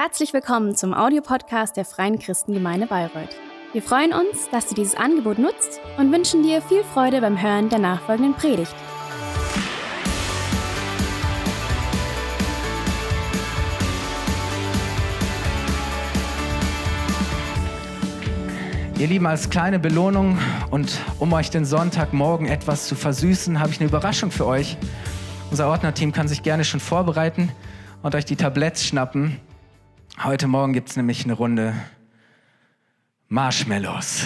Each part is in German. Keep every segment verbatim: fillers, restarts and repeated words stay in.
Herzlich willkommen zum Audiopodcast der Freien Christengemeinde Bayreuth. Wir freuen uns, dass du dieses Angebot nutzt und wünschen dir viel Freude beim Hören der nachfolgenden Predigt. Ihr Lieben, als kleine Belohnung und um euch den Sonntagmorgen etwas zu versüßen, habe ich eine Überraschung für euch. Unser Ordnerteam kann sich gerne schon vorbereiten und euch die Tabletts schnappen. Heute Morgen gibt es nämlich eine Runde Marshmallows.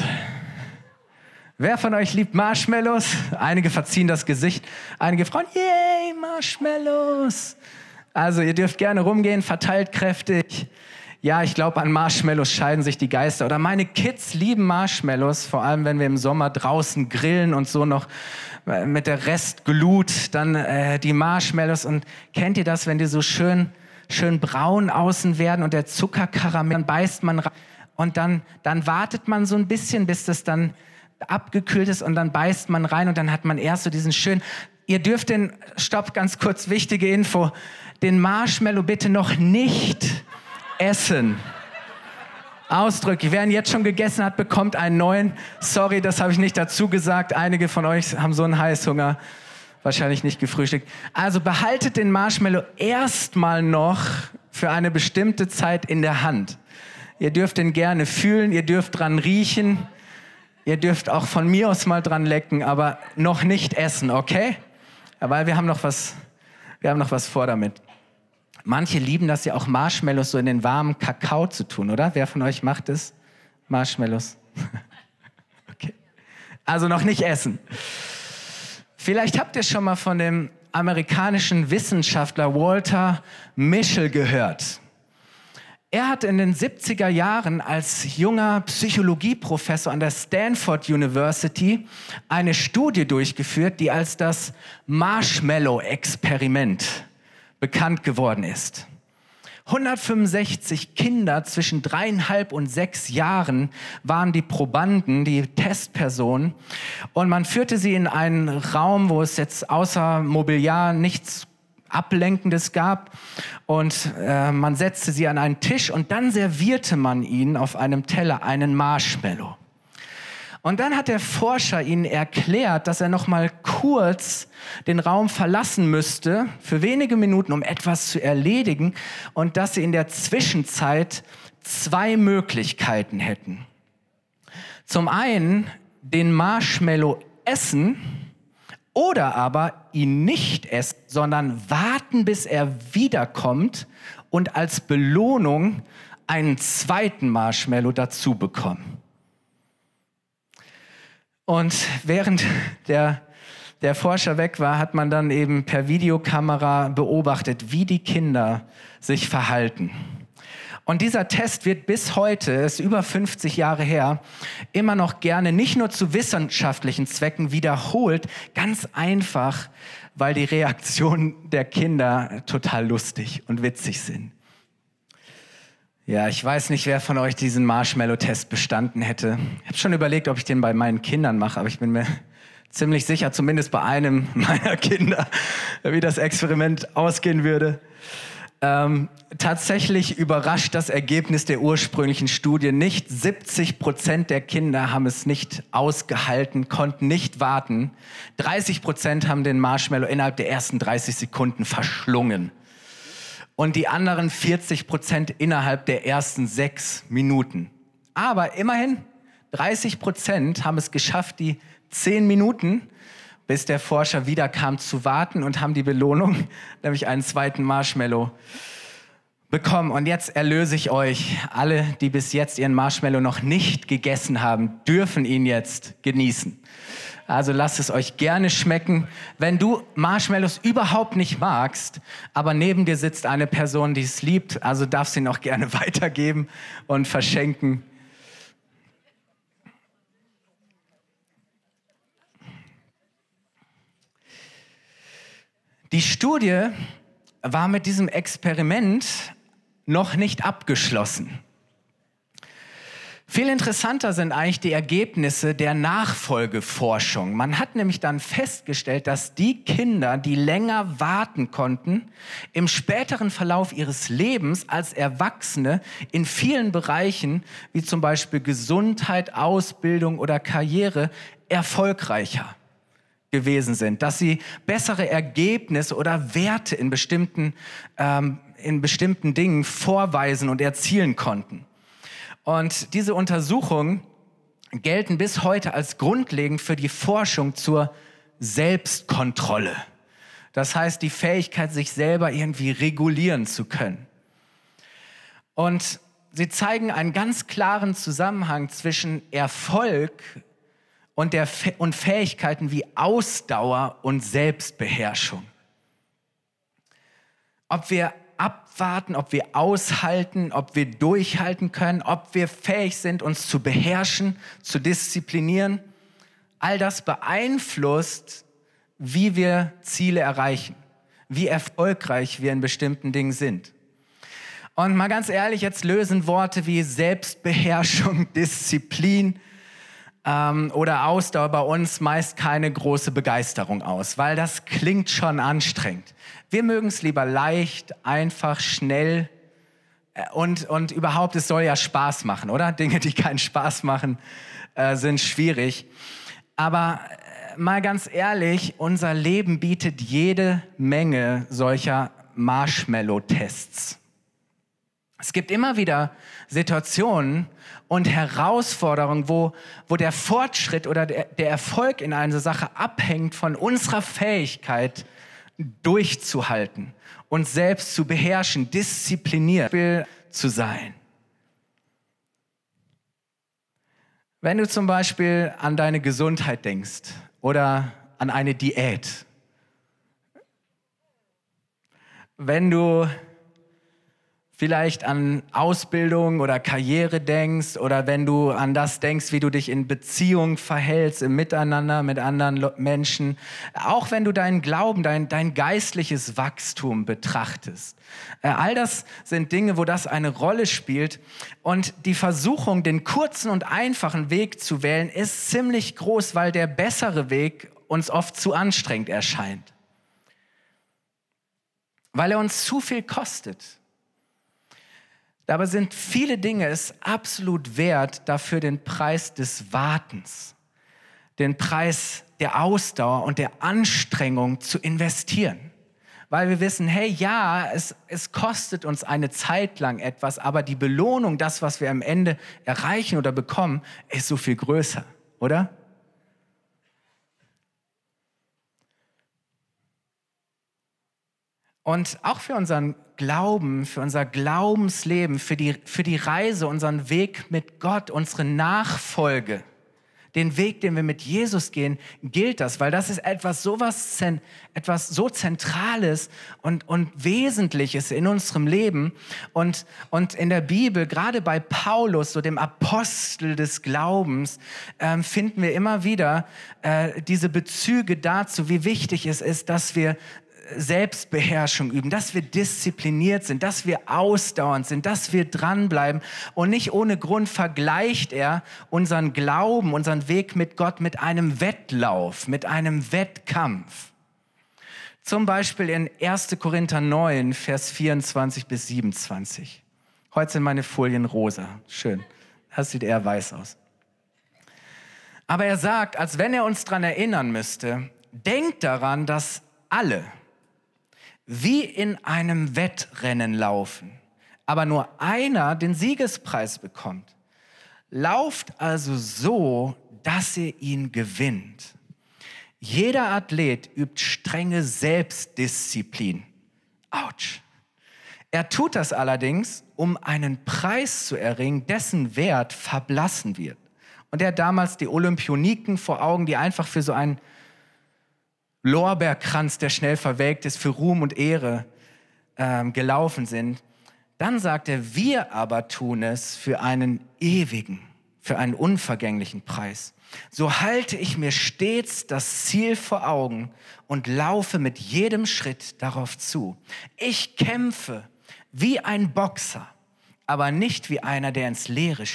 Wer von euch liebt Marshmallows? Einige verziehen das Gesicht, einige Frauen, yay, Marshmallows. Also ihr dürft gerne rumgehen, verteilt kräftig. Ja, ich glaube, an Marshmallows scheiden sich die Geister. Oder meine Kids lieben Marshmallows, vor allem wenn wir im Sommer draußen grillen und so noch mit der Restglut, dann äh, die Marshmallows. Und kennt ihr das, wenn die so schön, schön braun außen werden und der Zuckerkaramell, dann beißt man rein und dann, dann wartet man so ein bisschen, bis das dann abgekühlt ist und dann beißt man rein und dann hat man erst so diesen schönen... Ihr dürft den, stopp, ganz kurz, wichtige Info, den Marshmallow bitte noch nicht essen. Ausdrücklich. Wer ihn jetzt schon gegessen hat, bekommt einen neuen. Sorry, das habe ich nicht dazu gesagt. Einige von euch haben so einen Heißhunger. Wahrscheinlich nicht gefrühstückt. Also behaltet den Marshmallow erstmal noch für eine bestimmte Zeit in der Hand. Ihr dürft ihn gerne fühlen, ihr dürft dran riechen. Ihr dürft auch von mir aus mal dran lecken, aber noch nicht essen, okay? Ja, weil wir haben noch was, wir haben noch was vor damit. Manche lieben das ja auch, Marshmallows so in den warmen Kakao zu tun, oder? Wer von euch macht es? Marshmallows. Okay. Also noch nicht essen. Vielleicht habt ihr schon mal von dem amerikanischen Wissenschaftler Walter Mischel gehört. Er hat in den siebziger Jahren als junger Psychologieprofessor an der Stanford University eine Studie durchgeführt, die als das Marshmallow-Experiment bekannt geworden ist. hundertfünfundsechzig Kinder zwischen dreieinhalb und sechs Jahren waren die Probanden, die Testpersonen. Und man führte sie in einen Raum, wo es jetzt außer Mobiliar nichts Ablenkendes gab. Und äh, man setzte sie an einen Tisch und dann servierte man ihnen auf einem Teller einen Marshmallow. Und dann hat der Forscher ihnen erklärt, dass er noch mal kurz den Raum verlassen müsste, für wenige Minuten, um etwas zu erledigen, und dass sie in der Zwischenzeit zwei Möglichkeiten hätten. Zum einen den Marshmallow essen oder aber ihn nicht essen, sondern warten, bis er wiederkommt und als Belohnung einen zweiten Marshmallow dazu bekommen. Und während der, der Forscher weg war, hat man dann eben per Videokamera beobachtet, wie die Kinder sich verhalten. Und dieser Test wird bis heute, ist über fünfzig Jahre her, immer noch gerne nicht nur zu wissenschaftlichen Zwecken wiederholt, ganz einfach, weil die Reaktionen der Kinder total lustig und witzig sind. Ja, ich weiß nicht, wer von euch diesen Marshmallow-Test bestanden hätte. Ich habe schon überlegt, ob ich den bei meinen Kindern mache, aber ich bin mir ziemlich sicher, zumindest bei einem meiner Kinder, wie das Experiment ausgehen würde. Ähm, tatsächlich überrascht das Ergebnis der ursprünglichen Studie nicht. siebzig Prozent der Kinder haben es nicht ausgehalten, konnten nicht warten. dreißig Prozent haben den Marshmallow innerhalb der ersten dreißig Sekunden verschlungen. Und die anderen vierzig Prozent innerhalb der ersten sechs Minuten. Aber immerhin, dreißig Prozent haben es geschafft, die zehn Minuten, bis der Forscher wiederkam, zu warten und haben die Belohnung, nämlich einen zweiten Marshmallow, bekommen. Und jetzt erlöse ich euch. Alle, die bis jetzt ihren Marshmallow noch nicht gegessen haben, dürfen ihn jetzt genießen. Also lasst es euch gerne schmecken. Wenn du Marshmallows überhaupt nicht magst, aber neben dir sitzt eine Person, die es liebt, also darfst du ihn auch gerne weitergeben und verschenken. Die Studie war mit diesem Experiment noch nicht abgeschlossen. Viel interessanter sind eigentlich die Ergebnisse der Nachfolgeforschung. Man hat nämlich dann festgestellt, dass die Kinder, die länger warten konnten, im späteren Verlauf ihres Lebens als Erwachsene in vielen Bereichen, wie zum Beispiel Gesundheit, Ausbildung oder Karriere, erfolgreicher gewesen sind. Dass sie bessere Ergebnisse oder Werte in bestimmten, ähm, in bestimmten Dingen vorweisen und erzielen konnten. Und diese Untersuchungen gelten bis heute als grundlegend für die Forschung zur Selbstkontrolle. Das heißt, die Fähigkeit, sich selber irgendwie regulieren zu können. Und sie zeigen einen ganz klaren Zusammenhang zwischen Erfolg und, der, und Fähigkeiten wie Ausdauer und Selbstbeherrschung. Ob wir abwarten, ob wir aushalten, ob wir durchhalten können, ob wir fähig sind, uns zu beherrschen, zu disziplinieren. All das beeinflusst, wie wir Ziele erreichen, wie erfolgreich wir in bestimmten Dingen sind. Und mal ganz ehrlich, jetzt lösen Worte wie Selbstbeherrschung, Disziplin ähm, oder Ausdauer bei uns meist keine große Begeisterung aus, weil das klingt schon anstrengend. Wir mögen es lieber leicht, einfach, schnell und, und überhaupt, es soll ja Spaß machen, oder? Dinge, die keinen Spaß machen, äh, sind schwierig. Aber äh, mal ganz ehrlich, unser Leben bietet jede Menge solcher Marshmallow-Tests. Es gibt immer wieder Situationen und Herausforderungen, wo, wo der Fortschritt oder der, der Erfolg in einer Sache abhängt von unserer Fähigkeit, durchzuhalten, uns selbst zu beherrschen, diszipliniert zu sein. Wenn du zum Beispiel an deine Gesundheit denkst oder an eine Diät, wenn du vielleicht an Ausbildung oder Karriere denkst oder wenn du an das denkst, wie du dich in Beziehung verhältst, im Miteinander mit anderen Menschen, auch wenn du deinen Glauben, dein, dein geistliches Wachstum betrachtest. Äh, all das sind Dinge, wo das eine Rolle spielt und die Versuchung, den kurzen und einfachen Weg zu wählen, ist ziemlich groß, weil der bessere Weg uns oft zu anstrengend erscheint. Weil er uns zu viel kostet. Dabei sind viele Dinge es absolut wert, dafür den Preis des Wartens, den Preis der Ausdauer und der Anstrengung zu investieren. Weil wir wissen, hey, ja, es, es kostet uns eine Zeit lang etwas, aber die Belohnung, das, was wir am Ende erreichen oder bekommen, ist so viel größer, oder? Und auch für unseren Glauben, für unser Glaubensleben, für die, für die Reise, unseren Weg mit Gott, unsere Nachfolge, den Weg, den wir mit Jesus gehen, gilt das, weil das ist etwas, sowas, etwas so Zentrales und, und Wesentliches in unserem Leben. Und, und in der Bibel, gerade bei Paulus, so dem Apostel des Glaubens, äh, finden wir immer wieder äh, diese Bezüge dazu, wie wichtig es ist, dass wir Selbstbeherrschung üben, dass wir diszipliniert sind, dass wir ausdauernd sind, dass wir dranbleiben. Und nicht ohne Grund vergleicht er unseren Glauben, unseren Weg mit Gott mit einem Wettlauf, mit einem Wettkampf. Zum Beispiel in erster Korinther neun, Vers vierundzwanzig bis siebenundzwanzig. Heute sind meine Folien rosa. Schön. Das sieht eher weiß aus. Aber er sagt, als wenn er uns daran erinnern müsste, denkt daran, dass alle wie in einem Wettrennen laufen, aber nur einer den Siegespreis bekommt. Lauft also so, dass ihr ihn gewinnt. Jeder Athlet übt strenge Selbstdisziplin. Autsch. Er tut das allerdings, um einen Preis zu erringen, dessen Wert verblassen wird. Und er hat damals die Olympioniken vor Augen, die einfach für so einen Lorbeerkranz, der schnell verwelkt ist, für Ruhm und Ehre ähm, gelaufen sind. Dann sagt er, wir aber tun es für einen ewigen, für einen unvergänglichen Preis. So halte ich mir stets das Ziel vor Augen und laufe mit jedem Schritt darauf zu. Ich kämpfe wie ein Boxer, aber nicht wie einer, der ins Leere schlägt.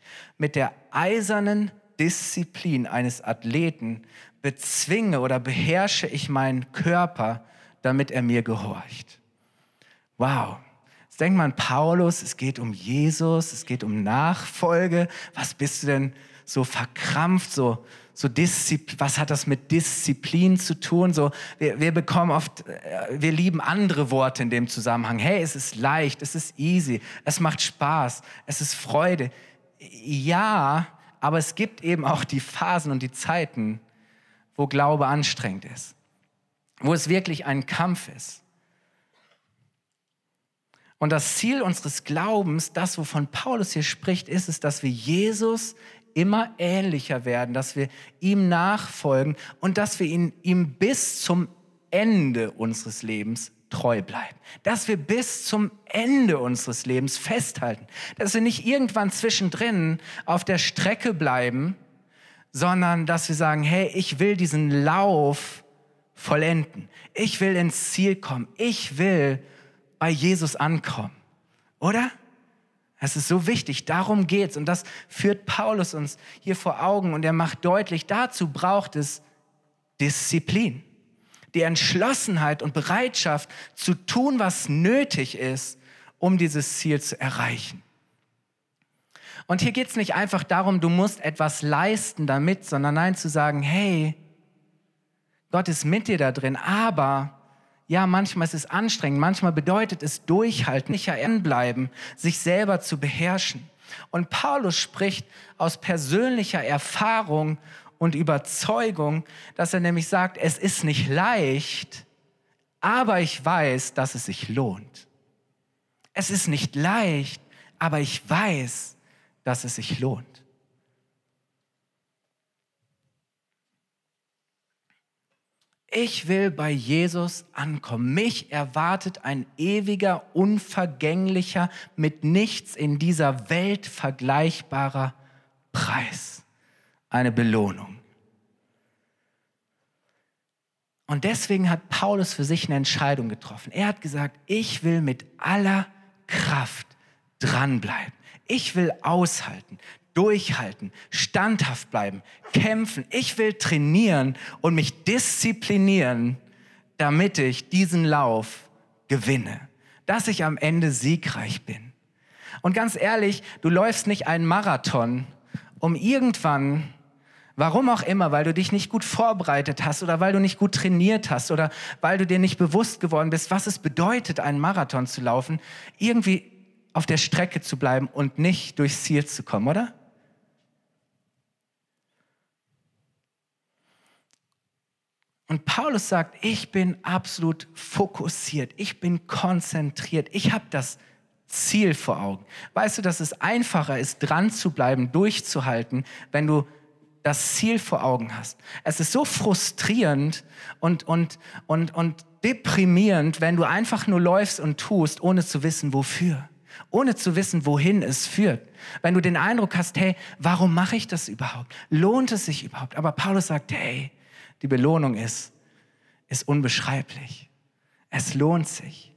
mit der eisernen Disziplin eines Athleten bezwinge oder beherrsche ich meinen Körper, damit er mir gehorcht. Wow. Jetzt denkt man, Paulus, es geht um Jesus, es geht um Nachfolge. Was bist du denn so verkrampft, so, so Disziplin? Was hat das mit Disziplin zu tun? So, wir, wir bekommen oft, wir lieben andere Worte in dem Zusammenhang. Hey, es ist leicht, es ist easy, es macht Spaß, es ist Freude. Ja, aber es gibt eben auch die Phasen und die Zeiten, wo Glaube anstrengend ist, wo es wirklich ein Kampf ist. Und das Ziel unseres Glaubens, das, wovon Paulus hier spricht, ist es, dass wir Jesus immer ähnlicher werden, dass wir ihm nachfolgen und dass wir ihn, ihm bis zum Ende unseres Lebens treu bleiben. Dass wir bis zum Ende unseres Lebens festhalten. Dass wir nicht irgendwann zwischendrin auf der Strecke bleiben, sondern dass wir sagen, hey, ich will diesen Lauf vollenden. Ich will ins Ziel kommen. Ich will bei Jesus ankommen. Oder? Das ist so wichtig. Darum geht's. Und das führt Paulus uns hier vor Augen. Und er macht deutlich, dazu braucht es Disziplin. Die Entschlossenheit und Bereitschaft zu tun, was nötig ist, um dieses Ziel zu erreichen. Und hier geht es nicht einfach darum, du musst etwas leisten damit, sondern nein, zu sagen, hey, Gott ist mit dir da drin, aber ja, manchmal ist es anstrengend, manchmal bedeutet es durchhalten, nicht bleiben, sich selber zu beherrschen. Und Paulus spricht aus persönlicher Erfahrung und Überzeugung, dass er nämlich sagt, es ist nicht leicht, aber ich weiß, dass es sich lohnt. Es ist nicht leicht, aber ich weiß, dass es sich lohnt. Ich will bei Jesus ankommen. Mich erwartet ein ewiger, unvergänglicher, mit nichts in dieser Welt vergleichbarer Preis. Eine Belohnung. Und deswegen hat Paulus für sich eine Entscheidung getroffen. Er hat gesagt, ich will mit aller Kraft dranbleiben. Ich will aushalten, durchhalten, standhaft bleiben, kämpfen. Ich will trainieren und mich disziplinieren, damit ich diesen Lauf gewinne. Dass ich am Ende siegreich bin. Und ganz ehrlich, du läufst nicht einen Marathon, um irgendwann, warum auch immer, weil du dich nicht gut vorbereitet hast oder weil du nicht gut trainiert hast oder weil du dir nicht bewusst geworden bist, was es bedeutet, einen Marathon zu laufen, irgendwie auf der Strecke zu bleiben und nicht durchs Ziel zu kommen, oder? Und Paulus sagt, ich bin absolut fokussiert, ich bin konzentriert, ich habe das Ziel vor Augen. Weißt du, dass es einfacher ist, dran zu bleiben, durchzuhalten, wenn du das Ziel vor Augen hast. Es ist so frustrierend und, und, und, und deprimierend, wenn du einfach nur läufst und tust, ohne zu wissen, wofür. Ohne zu wissen, wohin es führt. Wenn du den Eindruck hast, hey, warum mache ich das überhaupt? Lohnt es sich überhaupt? Aber Paulus sagt, hey, die Belohnung ist, ist unbeschreiblich. Es lohnt sich.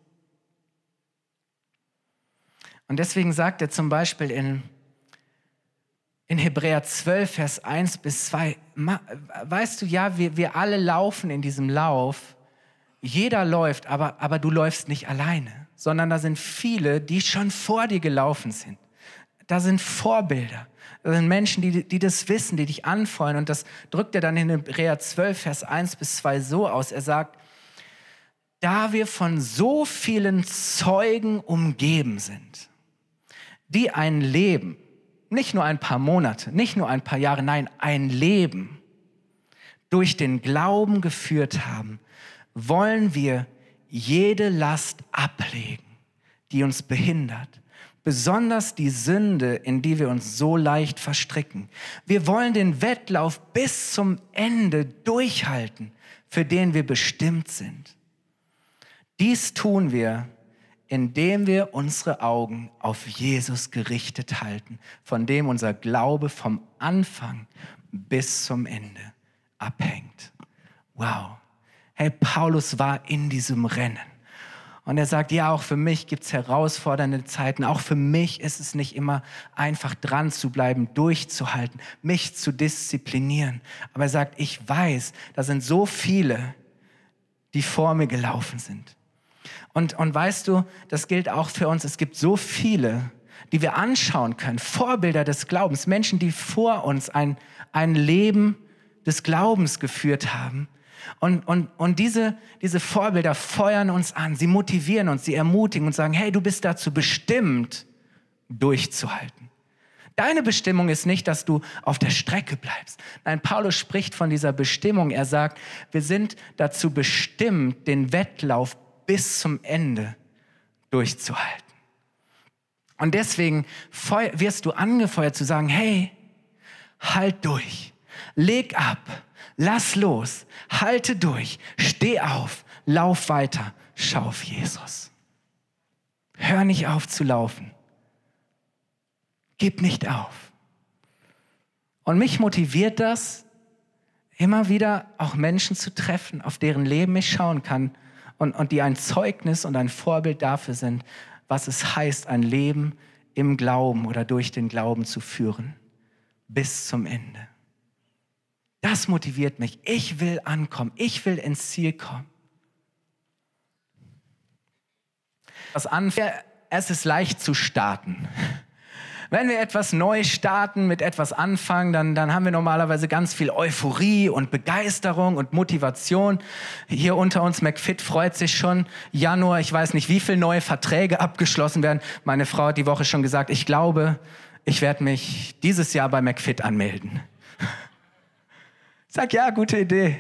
Und deswegen sagt er zum Beispiel in, in Hebräer zwölf, Vers eins bis zwei, weißt du, ja, wir, wir alle laufen in diesem Lauf, jeder läuft, aber, aber du läufst nicht alleine, sondern da sind viele, die schon vor dir gelaufen sind. Da sind Vorbilder, da sind Menschen, die, die das wissen, die dich anfeuern. Und das drückt er dann in Hebräer zwölf, Vers eins bis zwei so aus. Er sagt, da wir von so vielen Zeugen umgeben sind, die ein Leben, nicht nur ein paar Monate, nicht nur ein paar Jahre, nein, ein Leben durch den Glauben geführt haben, wollen wir jede Last ablegen, die uns behindert. Besonders die Sünde, in die wir uns so leicht verstricken. Wir wollen den Wettlauf bis zum Ende durchhalten, für den wir bestimmt sind. Dies tun wir, indem wir unsere Augen auf Jesus gerichtet halten, von dem unser Glaube vom Anfang bis zum Ende abhängt. Wow. Hey, Paulus war in diesem Rennen. Und er sagt, ja, auch für mich gibt es herausfordernde Zeiten. Auch für mich ist es nicht immer einfach dran zu bleiben, durchzuhalten, mich zu disziplinieren. Aber er sagt, ich weiß, da sind so viele, die vor mir gelaufen sind. Und, und weißt du, das gilt auch für uns. Es gibt so viele, die wir anschauen können, Vorbilder des Glaubens, Menschen, die vor uns ein, ein Leben des Glaubens geführt haben. Und, und, und diese, diese Vorbilder feuern uns an, sie motivieren uns, sie ermutigen und sagen, hey, du bist dazu bestimmt, durchzuhalten. Deine Bestimmung ist nicht, dass du auf der Strecke bleibst. Nein, Paulus spricht von dieser Bestimmung. Er sagt, wir sind dazu bestimmt, den Wettlauf bis zum Ende durchzuhalten. Und deswegen wirst du angefeuert zu sagen, hey, halt durch, leg ab. Lass los, halte durch, steh auf, lauf weiter, schau auf Jesus. Hör nicht auf zu laufen. Gib nicht auf. Und mich motiviert das, immer wieder auch Menschen zu treffen, auf deren Leben ich schauen kann und, und die ein Zeugnis und ein Vorbild dafür sind, was es heißt, ein Leben im Glauben oder durch den Glauben zu führen, bis zum Ende. Das motiviert mich. Ich will ankommen. Ich will ins Ziel kommen. Was anfängt, es ist leicht zu starten. Wenn wir etwas neu starten, mit etwas anfangen, dann, dann haben wir normalerweise ganz viel Euphorie und Begeisterung und Motivation. Hier unter uns, McFit freut sich schon. Januar, ich weiß nicht, wie viele neue Verträge abgeschlossen werden. Meine Frau hat die Woche schon gesagt, ich glaube, ich werde mich dieses Jahr bei McFit anmelden. Sag ja, gute Idee.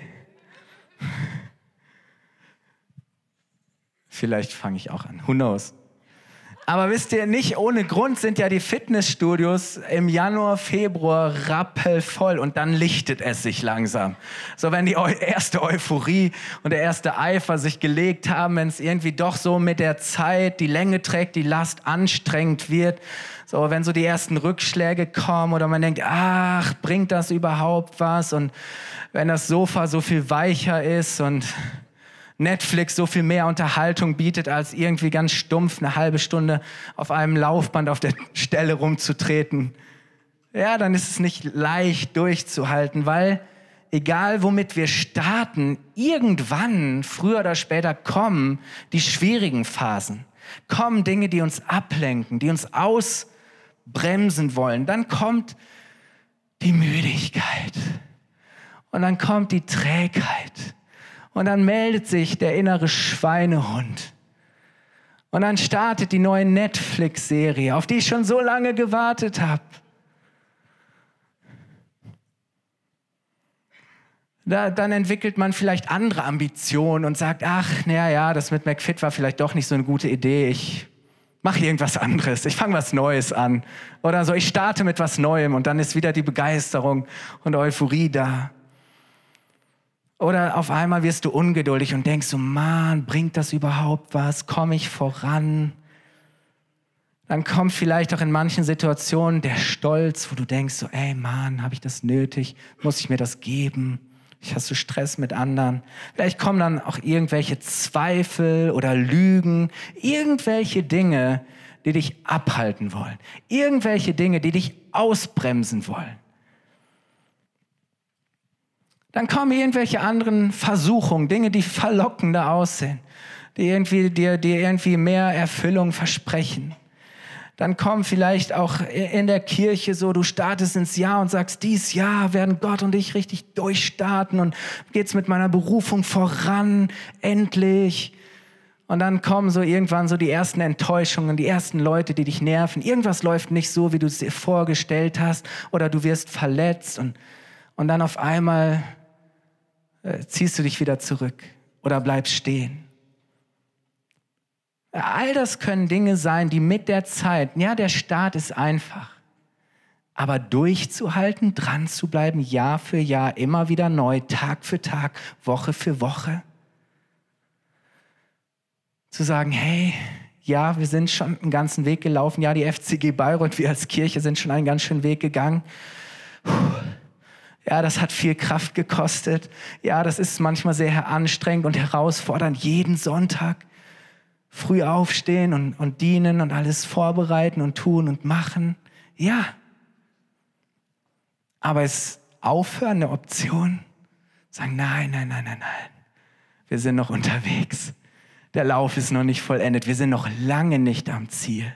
Vielleicht fange ich auch an. Who knows? Aber wisst ihr, nicht ohne Grund sind ja die Fitnessstudios im Januar, Februar rappelvoll und dann lichtet es sich langsam. So, wenn die erste Euphorie und der erste Eifer sich gelegt haben, wenn es irgendwie doch so mit der Zeit die Länge trägt, die Last anstrengend wird, so, wenn so die ersten Rückschläge kommen oder man denkt, ach, bringt das überhaupt was? Und wenn das Sofa so viel weicher ist und Netflix so viel mehr Unterhaltung bietet, als irgendwie ganz stumpf eine halbe Stunde auf einem Laufband auf der Stelle rumzutreten, ja, dann ist es nicht leicht durchzuhalten, weil egal womit wir starten, irgendwann, früher oder später, kommen die schwierigen Phasen, kommen Dinge, die uns ablenken, die uns ausbremsen wollen. Dann kommt die Müdigkeit und dann kommt die Trägheit. Und dann meldet sich der innere Schweinehund. Und dann startet die neue Netflix-Serie, auf die ich schon so lange gewartet habe. Da, dann entwickelt man vielleicht andere Ambitionen und sagt, ach, naja, ja, das mit McFit war vielleicht doch nicht so eine gute Idee. Ich mache irgendwas anderes, ich fange was Neues an. Oder so, ich starte mit was Neuem und dann ist wieder die Begeisterung und Euphorie da. Oder auf einmal wirst du ungeduldig und denkst so, Mann, bringt das überhaupt was? Komme ich voran? Dann kommt vielleicht auch in manchen Situationen der Stolz, wo du denkst so, ey Mann, habe ich das nötig? Muss ich mir das geben? Ich habe so Stress mit anderen. Vielleicht kommen dann auch irgendwelche Zweifel oder Lügen, irgendwelche Dinge, die dich abhalten wollen. Irgendwelche Dinge, die dich ausbremsen wollen. Dann kommen irgendwelche anderen Versuchungen, Dinge, die verlockender aussehen, die irgendwie, dir, dir irgendwie mehr Erfüllung versprechen. Dann kommen vielleicht auch in der Kirche so, du startest ins Jahr und sagst, dies Jahr werden Gott und ich richtig durchstarten und geht's mit meiner Berufung voran, endlich. Und dann kommen so irgendwann so die ersten Enttäuschungen, die ersten Leute, die dich nerven. Irgendwas läuft nicht so, wie du es dir vorgestellt hast, oder du wirst verletzt und, und dann auf einmal ziehst du dich wieder zurück oder bleibst stehen. All das können Dinge sein, die mit der Zeit, ja, der Start ist einfach, aber durchzuhalten, dran zu bleiben, Jahr für Jahr, immer wieder neu, Tag für Tag, Woche für Woche, zu sagen, hey, ja, wir sind schon einen ganzen Weg gelaufen, ja, die F C G Bayreuth, wir als Kirche sind schon einen ganz schönen Weg gegangen. Puh. Ja, das hat viel Kraft gekostet. Ja, das ist manchmal sehr anstrengend und herausfordernd, jeden Sonntag früh aufstehen und, und dienen und alles vorbereiten und tun und machen. Ja. Aber ist Aufhören eine Option? Sagen, nein, nein, nein, nein, nein. Wir sind noch unterwegs. Der Lauf ist noch nicht vollendet. Wir sind noch lange nicht am Ziel.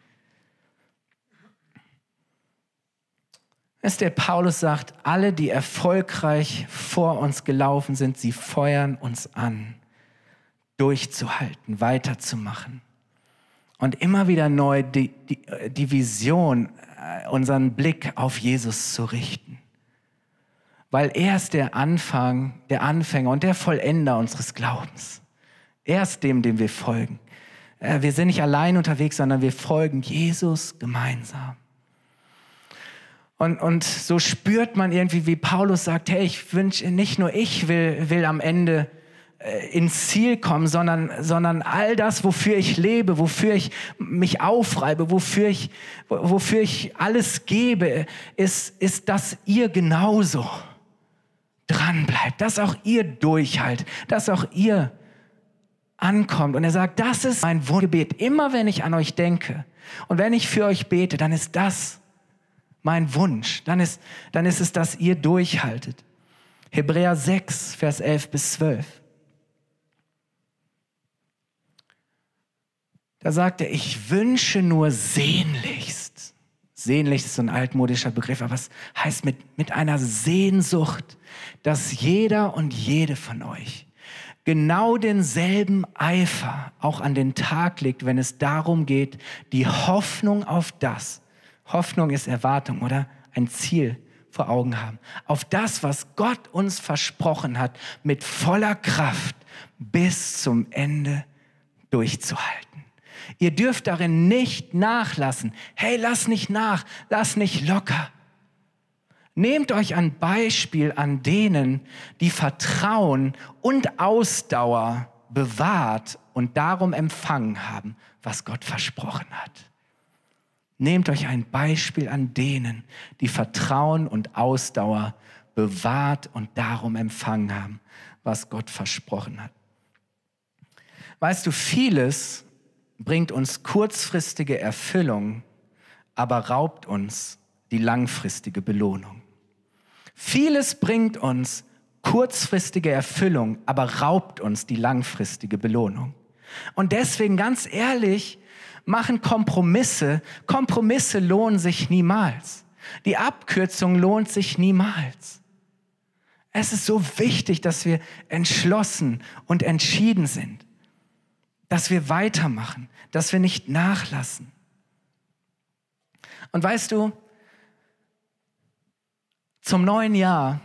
Wisst ihr, Paulus sagt, alle, die erfolgreich vor uns gelaufen sind, sie feuern uns an, durchzuhalten, weiterzumachen. Und immer wieder neu die, die, die Vision, unseren Blick auf Jesus zu richten. Weil er ist der Anfang, der Anfänger und der Vollender unseres Glaubens. Er ist dem, dem wir folgen. Wir sind nicht allein unterwegs, sondern wir folgen Jesus gemeinsam. Und, und so spürt man irgendwie, wie Paulus sagt, hey, ich wünsche, nicht nur ich will, will am Ende äh, ins Ziel kommen, sondern, sondern all das, wofür ich lebe, wofür ich mich aufreibe, wofür ich, wofür ich alles gebe, ist, ist, dass ihr genauso dran bleibt, dass auch ihr durchhaltet, dass auch ihr ankommt. Und er sagt, das ist mein Wunschgebet. Immer wenn ich an euch denke und wenn ich für euch bete, dann ist das mein Wunsch. Dann ist, dann ist es, dass ihr durchhaltet. Hebräer sechs, Vers elf bis zwölf. Da sagt er, ich wünsche nur sehnlichst. Sehnlichst ist so ein altmodischer Begriff, aber es heißt mit, mit einer Sehnsucht, dass jeder und jede von euch genau denselben Eifer auch an den Tag legt, wenn es darum geht, die Hoffnung auf das, Hoffnung ist Erwartung, oder? Ein Ziel vor Augen haben. Auf das, was Gott uns versprochen hat, mit voller Kraft bis zum Ende durchzuhalten. Ihr dürft darin nicht nachlassen. Hey, lass nicht nach, lass nicht locker. Nehmt euch ein Beispiel an denen, die Vertrauen und Ausdauer bewahrt und darum empfangen haben, was Gott versprochen hat. Nehmt euch ein Beispiel an denen, die Vertrauen und Ausdauer bewahrt und darum empfangen haben, was Gott versprochen hat. Weißt du, vieles bringt uns kurzfristige Erfüllung, aber raubt uns die langfristige Belohnung. Vieles bringt uns kurzfristige Erfüllung, aber raubt uns die langfristige Belohnung. Und deswegen, ganz ehrlich, machen Kompromisse. Kompromisse lohnen sich niemals. Die Abkürzung lohnt sich niemals. Es ist so wichtig, dass wir entschlossen und entschieden sind. Dass wir weitermachen. Dass wir nicht nachlassen. Und weißt du, zum neuen Jahr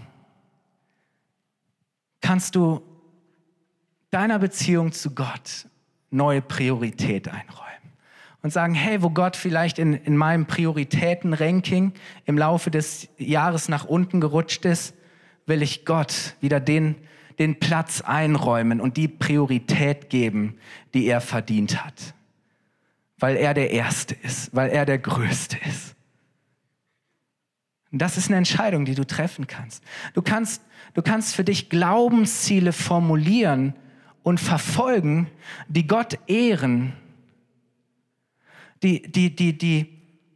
kannst du deiner Beziehung zu Gott neue Priorität einräumen. Und sagen, hey, wo Gott vielleicht in, in meinem Prioritätenranking im Laufe des Jahres nach unten gerutscht ist, will ich Gott wieder den, den Platz einräumen und die Priorität geben, die er verdient hat. Weil er der Erste ist, weil er der Größte ist. Und das ist eine Entscheidung, die du treffen kannst. Du kannst, du kannst für dich Glaubensziele formulieren und verfolgen, die Gott ehren, Die, die, die, die,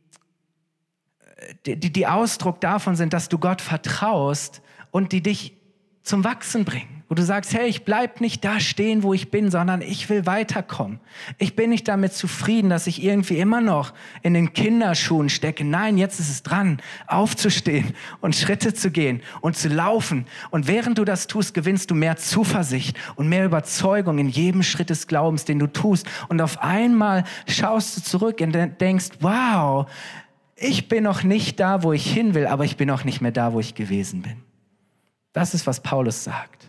die, die Ausdruck davon sind, dass du Gott vertraust und die dich zum Wachsen bringen. Wo du sagst, hey, ich bleib nicht da stehen, wo ich bin, sondern ich will weiterkommen. Ich bin nicht damit zufrieden, dass ich irgendwie immer noch in den Kinderschuhen stecke. Nein, jetzt ist es dran, aufzustehen und Schritte zu gehen und zu laufen. Und während du das tust, gewinnst du mehr Zuversicht und mehr Überzeugung in jedem Schritt des Glaubens, den du tust. Und auf einmal schaust du zurück und denkst, wow, ich bin noch nicht da, wo ich hin will, aber ich bin auch nicht mehr da, wo ich gewesen bin. Das ist, was Paulus sagt.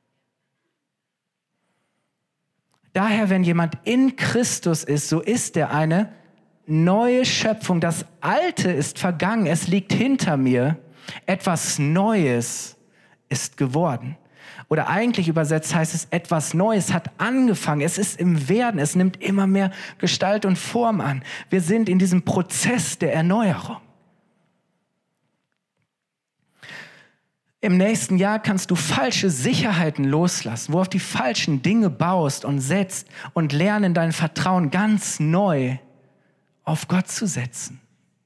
Daher, wenn jemand in Christus ist, so ist er eine neue Schöpfung. Das Alte ist vergangen, es liegt hinter mir. Etwas Neues ist geworden. Oder eigentlich übersetzt heißt es, etwas Neues hat angefangen. Es ist im Werden, es nimmt immer mehr Gestalt und Form an. Wir sind in diesem Prozess der Erneuerung. Im nächsten Jahr kannst du falsche Sicherheiten loslassen, wo auf die falschen Dinge baust und setzt und lernen, dein Vertrauen ganz neu auf Gott zu setzen.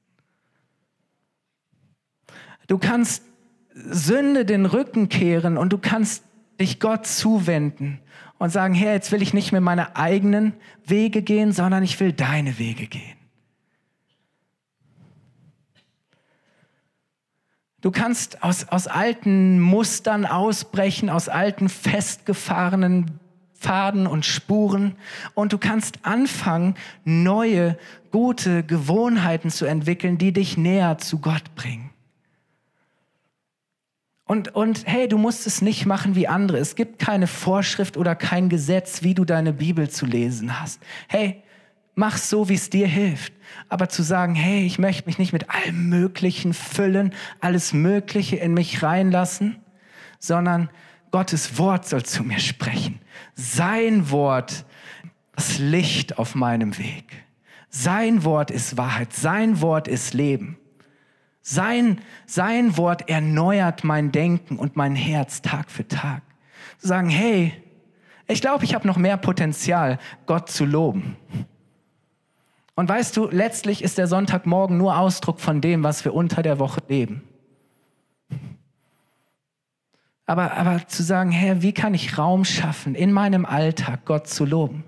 Du kannst Sünde den Rücken kehren und du kannst dich Gott zuwenden und sagen, Herr, jetzt will ich nicht mehr meine eigenen Wege gehen, sondern ich will deine Wege gehen. Du kannst aus, aus alten Mustern ausbrechen, aus alten festgefahrenen Pfaden und Spuren und du kannst anfangen, neue, gute Gewohnheiten zu entwickeln, die dich näher zu Gott bringen. Und, und hey, du musst es nicht machen wie andere. Es gibt keine Vorschrift oder kein Gesetz, wie du deine Bibel zu lesen hast. Hey, mach so, wie es dir hilft. Aber zu sagen, hey, ich möchte mich nicht mit allem Möglichen füllen, alles Mögliche in mich reinlassen, sondern Gottes Wort soll zu mir sprechen. Sein Wort, das Licht auf meinem Weg. Sein Wort ist Wahrheit. Sein Wort ist Leben. Sein, sein Wort erneuert mein Denken und mein Herz Tag für Tag. Zu sagen, hey, ich glaube, ich habe noch mehr Potenzial, Gott zu loben. Und weißt du, letztlich ist der Sonntagmorgen nur Ausdruck von dem, was wir unter der Woche leben. Aber, aber zu sagen, Herr, wie kann ich Raum schaffen, in meinem Alltag Gott zu loben?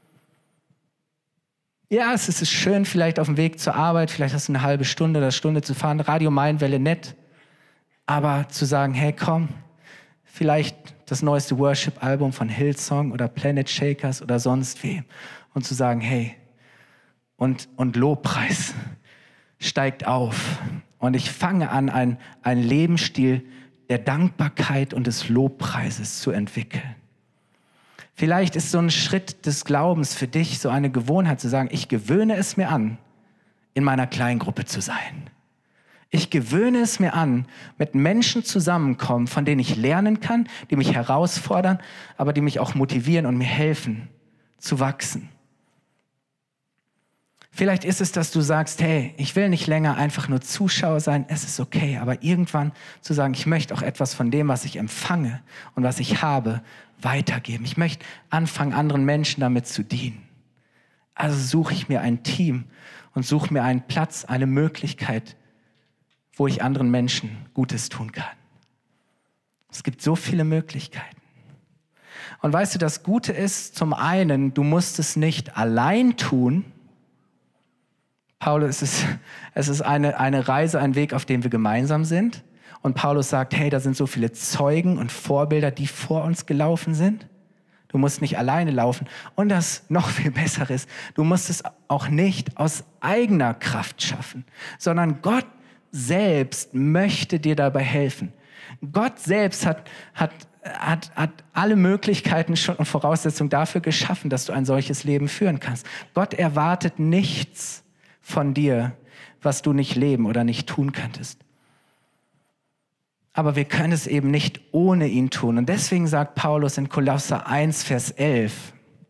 Ja, es ist schön, vielleicht auf dem Weg zur Arbeit, vielleicht hast du eine halbe Stunde oder Stunde zu fahren, Radio Mainwelle nett. Aber zu sagen, hey, komm, vielleicht das neueste Worship-Album von Hillsong oder Planet Shakers oder sonst wem. Und zu sagen, hey, und, und Lobpreis steigt auf. Und ich fange an, ein, ein Lebensstil der Dankbarkeit und des Lobpreises zu entwickeln. Vielleicht ist so ein Schritt des Glaubens für dich so eine Gewohnheit zu sagen, ich gewöhne es mir an, in meiner Kleingruppe zu sein. Ich gewöhne es mir an, mit Menschen zusammenkommen, von denen ich lernen kann, die mich herausfordern, aber die mich auch motivieren und mir helfen, zu wachsen. Vielleicht ist es, dass du sagst, hey, ich will nicht länger einfach nur Zuschauer sein, es ist okay, aber irgendwann zu sagen, ich möchte auch etwas von dem, was ich empfange und was ich habe, weitergeben. Ich möchte anfangen, anderen Menschen damit zu dienen. Also suche ich mir ein Team und suche mir einen Platz, eine Möglichkeit, wo ich anderen Menschen Gutes tun kann. Es gibt so viele Möglichkeiten. Und weißt du, das Gute ist, zum einen, du musst es nicht allein tun. Paulus, es ist, es ist eine, eine Reise, ein Weg, auf dem wir gemeinsam sind. Und Paulus sagt, hey, da sind so viele Zeugen und Vorbilder, die vor uns gelaufen sind. Du musst nicht alleine laufen. Und das noch viel Bessere ist, du musst es auch nicht aus eigener Kraft schaffen, sondern Gott selbst möchte dir dabei helfen. Gott selbst hat, hat, hat, hat alle Möglichkeiten schon und Voraussetzungen dafür geschaffen, dass du ein solches Leben führen kannst. Gott erwartet nichts von dir, was du nicht leben oder nicht tun könntest. Aber wir können es eben nicht ohne ihn tun. Und deswegen sagt Paulus in Kolosser eins, Vers elf,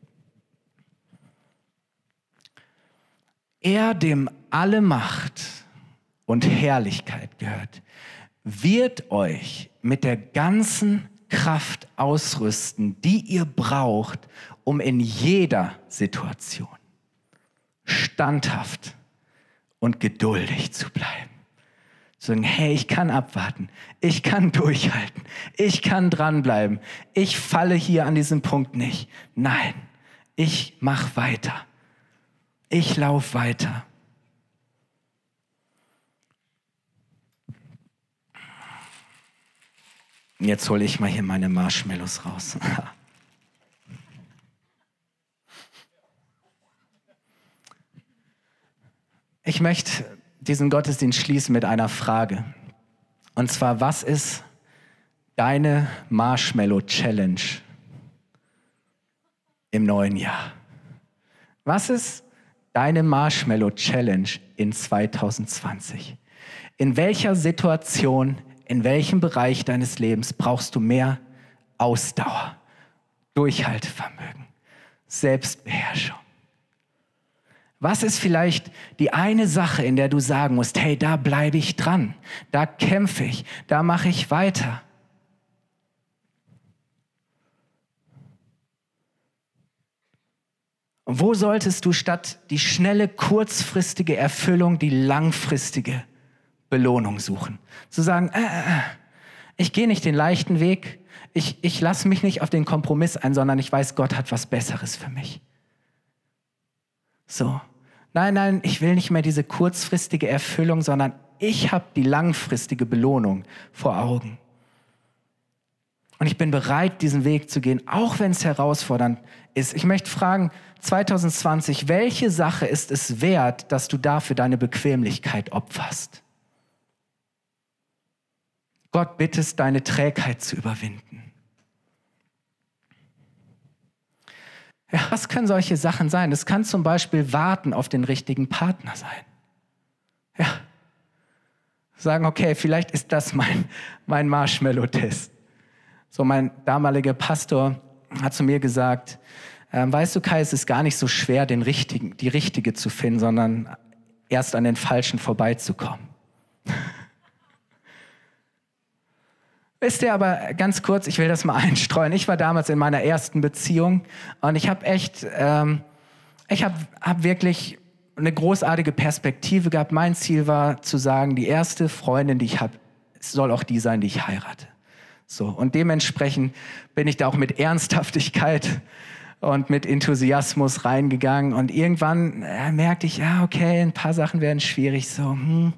er, dem alle Macht und Herrlichkeit gehört, wird euch mit der ganzen Kraft ausrüsten, die ihr braucht, um in jeder Situation standhaft und geduldig zu bleiben. Zu sagen, hey, ich kann abwarten, ich kann durchhalten, ich kann dranbleiben, ich falle hier an diesem Punkt nicht. Nein, ich mache weiter, ich laufe weiter. Jetzt hole ich mal hier meine Marshmallows raus. Ich möchte diesen Gottesdienst schließen mit einer Frage. Und zwar, was ist deine Marshmallow-Challenge im neuen Jahr? Was ist deine Marshmallow-Challenge in zwanzig zwanzig? In welcher Situation, in welchem Bereich deines Lebens brauchst du mehr Ausdauer, Durchhaltevermögen, Selbstbeherrschung? Was ist vielleicht die eine Sache, in der du sagen musst, hey, da bleibe ich dran, da kämpfe ich, da mache ich weiter? Und wo solltest du statt die schnelle, kurzfristige Erfüllung die langfristige Belohnung suchen? Zu sagen, äh, äh, ich gehe nicht den leichten Weg, ich, ich lasse mich nicht auf den Kompromiss ein, sondern ich weiß, Gott hat was Besseres für mich. So, nein, nein, ich will nicht mehr diese kurzfristige Erfüllung, sondern ich habe die langfristige Belohnung vor Augen. Und ich bin bereit, diesen Weg zu gehen, auch wenn es herausfordernd ist. Ich möchte fragen, zwanzig zwanzig, welche Sache ist es wert, dass du dafür deine Bequemlichkeit opferst? Gott bittest, deine Trägheit zu überwinden. Ja, was können solche Sachen sein? Es kann zum Beispiel warten auf den richtigen Partner sein. Ja, sagen, okay, vielleicht ist das mein, mein Marshmallow-Test. So, mein damaliger Pastor hat zu mir gesagt, ähm, weißt du, Kai, es ist gar nicht so schwer, den richtigen, die Richtige zu finden, sondern erst an den Falschen vorbeizukommen. Wisst ihr, aber ganz kurz, ich will das mal einstreuen. Ich war damals in meiner ersten Beziehung und ich habe echt, ähm, ich habe hab wirklich eine großartige Perspektive gehabt. Mein Ziel war zu sagen, die erste Freundin, die ich habe, soll auch die sein, die ich heirate. So, und dementsprechend bin ich da auch mit Ernsthaftigkeit und mit Enthusiasmus reingegangen. Und irgendwann äh, merkte ich, ja, okay, ein paar Sachen werden schwierig. So, hm.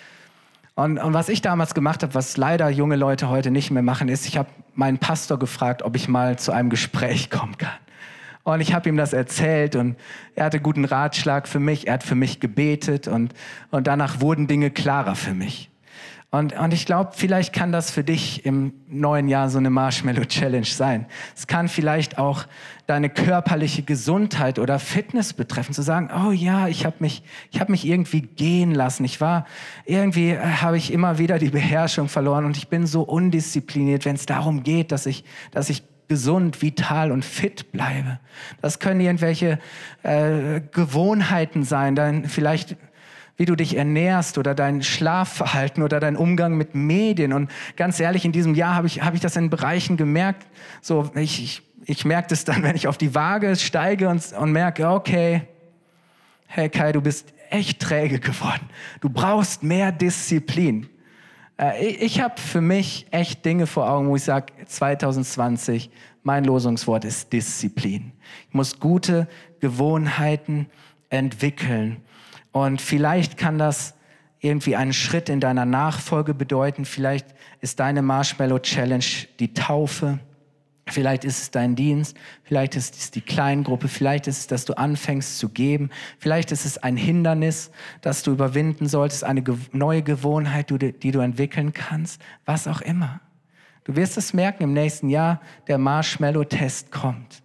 und, und was ich damals gemacht habe, was leider junge Leute heute nicht mehr machen, ist, ich habe meinen Pastor gefragt, ob ich mal zu einem Gespräch kommen kann. Und ich habe ihm das erzählt und er hatte guten Ratschlag für mich. Er hat für mich gebetet und, und danach wurden Dinge klarer für mich. Und, und ich glaube, vielleicht kann das für dich im neuen Jahr so eine Marshmallow-Challenge sein. Es kann vielleicht auch deine körperliche Gesundheit oder Fitness betreffen, zu sagen, oh ja, ich habe mich, ich habe mich irgendwie gehen lassen. Ich war, irgendwie äh, habe ich immer wieder die Beherrschung verloren und ich bin so undiszipliniert, wenn es darum geht, dass ich, dass ich gesund, vital und fit bleibe. Das können irgendwelche äh, Gewohnheiten sein, dann vielleicht wie du dich ernährst oder dein Schlafverhalten oder dein Umgang mit Medien. Und ganz ehrlich, in diesem Jahr habe ich, habe ich das in Bereichen gemerkt. So, ich, ich, ich merke das dann, wenn ich auf die Waage steige und, und merke, okay, hey Kai, du bist echt träge geworden. Du brauchst mehr Disziplin. Äh, ich ich habe für mich echt Dinge vor Augen, wo ich sage, zwanzig zwanzig, mein Losungswort ist Disziplin. Ich muss gute Gewohnheiten entwickeln. Und vielleicht kann das irgendwie einen Schritt in deiner Nachfolge bedeuten. Vielleicht ist deine Marshmallow-Challenge die Taufe. Vielleicht ist es dein Dienst. Vielleicht ist es die Kleingruppe. Vielleicht ist es, dass du anfängst zu geben. Vielleicht ist es ein Hindernis, das du überwinden solltest. Eine ge- neue Gewohnheit, die, die du entwickeln kannst. Was auch immer. Du wirst es merken im nächsten Jahr, der Marshmallow-Test kommt.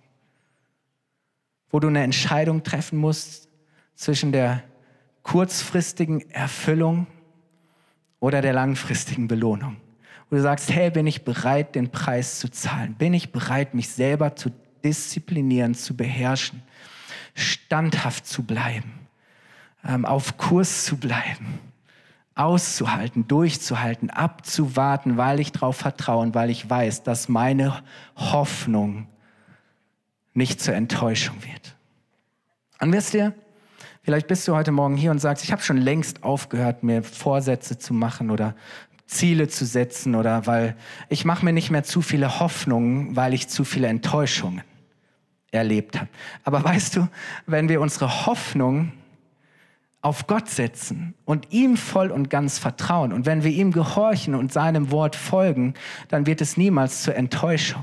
Wo du eine Entscheidung treffen musst zwischen der kurzfristigen Erfüllung oder der langfristigen Belohnung. Wo du sagst, hey, bin ich bereit, den Preis zu zahlen? Bin ich bereit, mich selber zu disziplinieren, zu beherrschen, standhaft zu bleiben, ähm, auf Kurs zu bleiben, auszuhalten, durchzuhalten, abzuwarten, weil ich darauf vertraue und weil ich weiß, dass meine Hoffnung nicht zur Enttäuschung wird. Und wisst ihr, vielleicht bist du heute Morgen hier und sagst, ich habe schon längst aufgehört, mir Vorsätze zu machen oder Ziele zu setzen oder weil ich mache mir nicht mehr zu viele Hoffnungen, weil ich zu viele Enttäuschungen erlebt habe. Aber weißt du, wenn wir unsere Hoffnung auf Gott setzen und ihm voll und ganz vertrauen und wenn wir ihm gehorchen und seinem Wort folgen, dann wird es niemals zur Enttäuschung.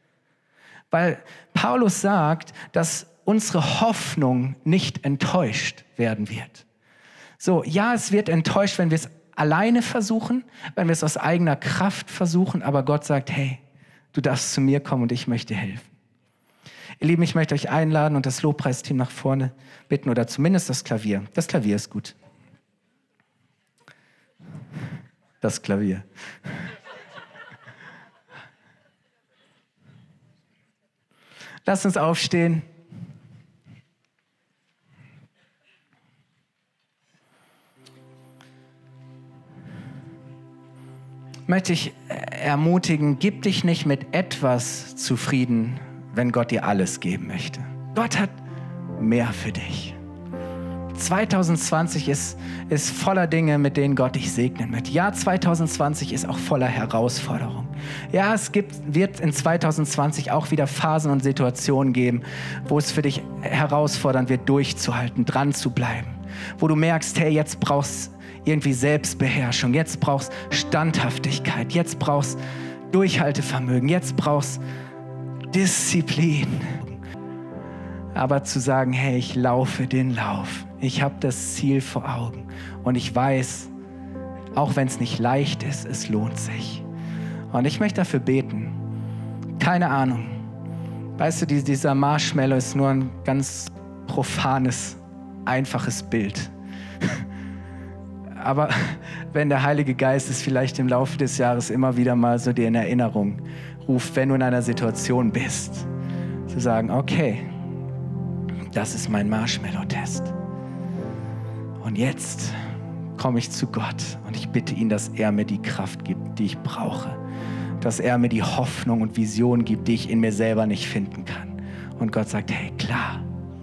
Weil Paulus sagt, dass unsere Hoffnung nicht enttäuscht werden wird. So, ja, es wird enttäuscht, wenn wir es alleine versuchen, wenn wir es aus eigener Kraft versuchen, aber Gott sagt, hey, du darfst zu mir kommen und ich möchte dir helfen. Ihr Lieben, ich möchte euch einladen und das Lobpreisteam nach vorne bitten oder zumindest das Klavier. Das Klavier ist gut. Das Klavier. Lasst uns aufstehen. Möchte ich ermutigen, gib dich nicht mit etwas zufrieden, wenn Gott dir alles geben möchte. Gott hat mehr für dich. zwanzig zwanzig ist, ist voller Dinge, mit denen Gott dich segnen wird. Ja, zwanzig zwanzig ist auch voller Herausforderungen. Ja, es gibt, wird in zwanzig zwanzig auch wieder Phasen und Situationen geben, wo es für dich herausfordernd wird, durchzuhalten, dran zu bleiben. Wo du merkst, hey, jetzt brauchst du irgendwie Selbstbeherrschung, jetzt brauchst Standhaftigkeit, jetzt brauchst Durchhaltevermögen, jetzt brauchst Disziplin. Aber zu sagen, hey, ich laufe den Lauf, ich habe das Ziel vor Augen und ich weiß, auch wenn es nicht leicht ist, es lohnt sich. Und ich möchte dafür beten. Keine Ahnung. Weißt du, dieser Marshmallow ist nur ein ganz profanes, einfaches Bild. Aber wenn der Heilige Geist es vielleicht im Laufe des Jahres immer wieder mal so dir in Erinnerung ruft, wenn du in einer Situation bist, zu sagen, okay, das ist mein Marshmallow-Test. Und jetzt komme ich zu Gott und ich bitte ihn, dass er mir die Kraft gibt, die ich brauche. Dass er mir die Hoffnung und Vision gibt, die ich in mir selber nicht finden kann. Und Gott sagt, hey, klar,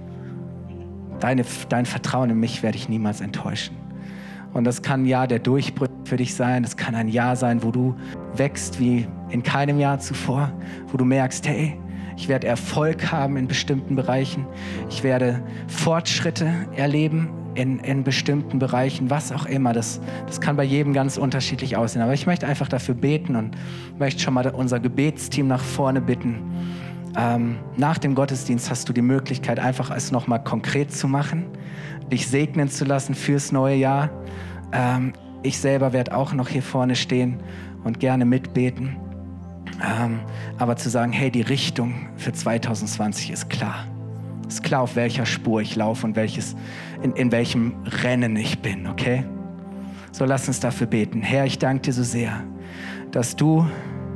deine, dein Vertrauen in mich werde ich niemals enttäuschen. Und das kann ein Jahr der Durchbrüche für dich sein. Das kann ein Jahr sein, wo du wächst wie in keinem Jahr zuvor, wo du merkst, hey, ich werde Erfolg haben in bestimmten Bereichen. Ich werde Fortschritte erleben in, in bestimmten Bereichen, was auch immer. Das, das kann bei jedem ganz unterschiedlich aussehen. Aber ich möchte einfach dafür beten und möchte schon mal unser Gebetsteam nach vorne bitten. Ähm, nach dem Gottesdienst hast du die Möglichkeit, einfach es nochmal konkret zu machen, dich segnen zu lassen fürs neue Jahr. Ähm, ich selber werde auch noch hier vorne stehen und gerne mitbeten. Ähm, aber zu sagen, hey, die Richtung für zwanzig zwanzig ist klar. Ist klar, auf welcher Spur ich laufe und welches, in, in welchem Rennen ich bin, okay? So, lass uns dafür beten. Herr, ich danke dir so sehr, dass du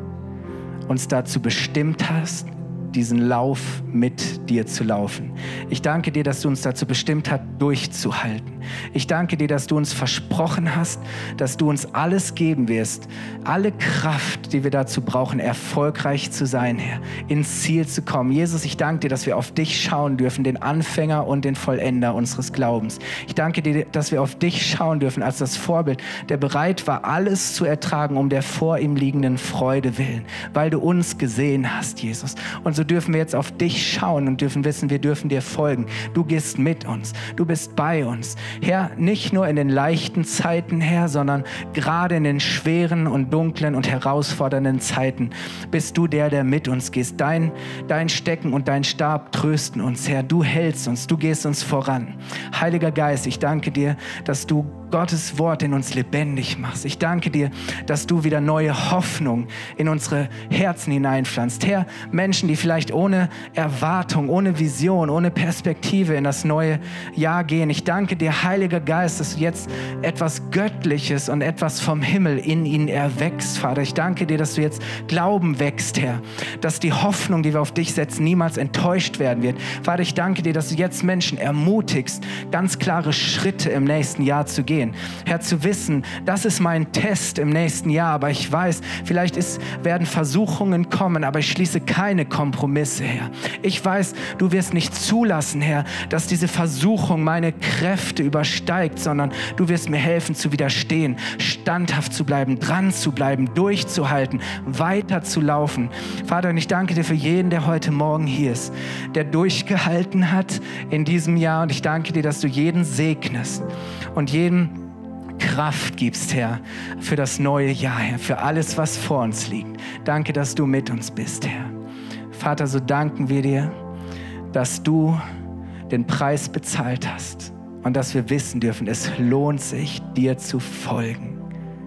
uns dazu bestimmt hast, diesen Lauf mit dir zu laufen. Ich danke dir, dass du uns dazu bestimmt hast, durchzuhalten. Ich danke dir, dass du uns versprochen hast, dass du uns alles geben wirst, alle Kraft, die wir dazu brauchen, erfolgreich zu sein, Herr, ins Ziel zu kommen. Jesus, ich danke dir, dass wir auf dich schauen dürfen, den Anfänger und den Vollender unseres Glaubens. Ich danke dir, dass wir auf dich schauen dürfen als das Vorbild, der bereit war, alles zu ertragen, um der vor ihm liegenden Freude willen, weil du uns gesehen hast, Jesus. Und so dürfen wir jetzt auf dich schauen und dürfen wissen, wir dürfen dir folgen. Du gehst mit uns, du bist bei uns. Herr, nicht nur in den leichten Zeiten, Herr, sondern gerade in den schweren und dunklen und herausfordernden Zeiten bist du der, der mit uns geht. Dein, dein Stecken und dein Stab trösten uns, Herr. Du hältst uns, du gehst uns voran. Heiliger Geist, ich danke dir, dass du Gottes Wort in uns lebendig machst. Ich danke dir, dass du wieder neue Hoffnung in unsere Herzen hineinpflanzt. Herr, Menschen, die vielleicht ohne Erwartung, ohne Vision, ohne Perspektive in das neue Jahr gehen. Ich danke dir, Heiliger Geist, dass du jetzt etwas Göttliches und etwas vom Himmel in ihnen erwächst, Vater. Ich danke dir, dass du jetzt Glauben wächst, Herr. Dass die Hoffnung, die wir auf dich setzen, niemals enttäuscht werden wird. Vater, ich danke dir, dass du jetzt Menschen ermutigst, ganz klare Schritte im nächsten Jahr zu gehen. Herr, zu wissen, das ist mein Test im nächsten Jahr, aber ich weiß, vielleicht ist, werden Versuchungen kommen, aber ich schließe keine Kompromisse, Herr. Ich weiß, du wirst nicht zulassen, Herr, dass diese Versuchung meine Kräfte übersteigt, sondern du wirst mir helfen zu widerstehen, standhaft zu bleiben, dran zu bleiben, durchzuhalten, weiter zu laufen. Vater, und ich danke dir für jeden, der heute Morgen hier ist, der durchgehalten hat in diesem Jahr, und ich danke dir, dass du jeden segnest und jeden Kraft gibst, Herr, für das neue Jahr, Herr, für alles, was vor uns liegt. Danke, dass du mit uns bist, Herr. Vater, so danken wir dir, dass du den Preis bezahlt hast und dass wir wissen dürfen, es lohnt sich, dir zu folgen.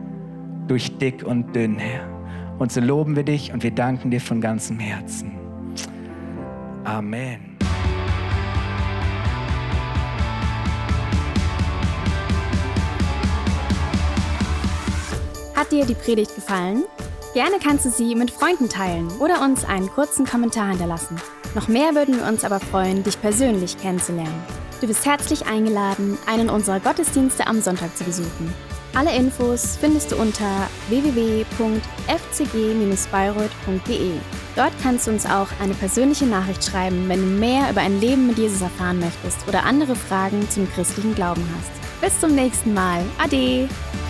Durch dick und dünn, Herr. Und so loben wir dich und wir danken dir von ganzem Herzen. Amen. Hat dir die Predigt gefallen? Gerne kannst du sie mit Freunden teilen oder uns einen kurzen Kommentar hinterlassen. Noch mehr würden wir uns aber freuen, dich persönlich kennenzulernen. Du bist herzlich eingeladen, einen unserer Gottesdienste am Sonntag zu besuchen. Alle Infos findest du unter w w w punkt f c g bayreuth punkt d e. Dort kannst du uns auch eine persönliche Nachricht schreiben, wenn du mehr über ein Leben mit Jesus erfahren möchtest oder andere Fragen zum christlichen Glauben hast. Bis zum nächsten Mal. Ade!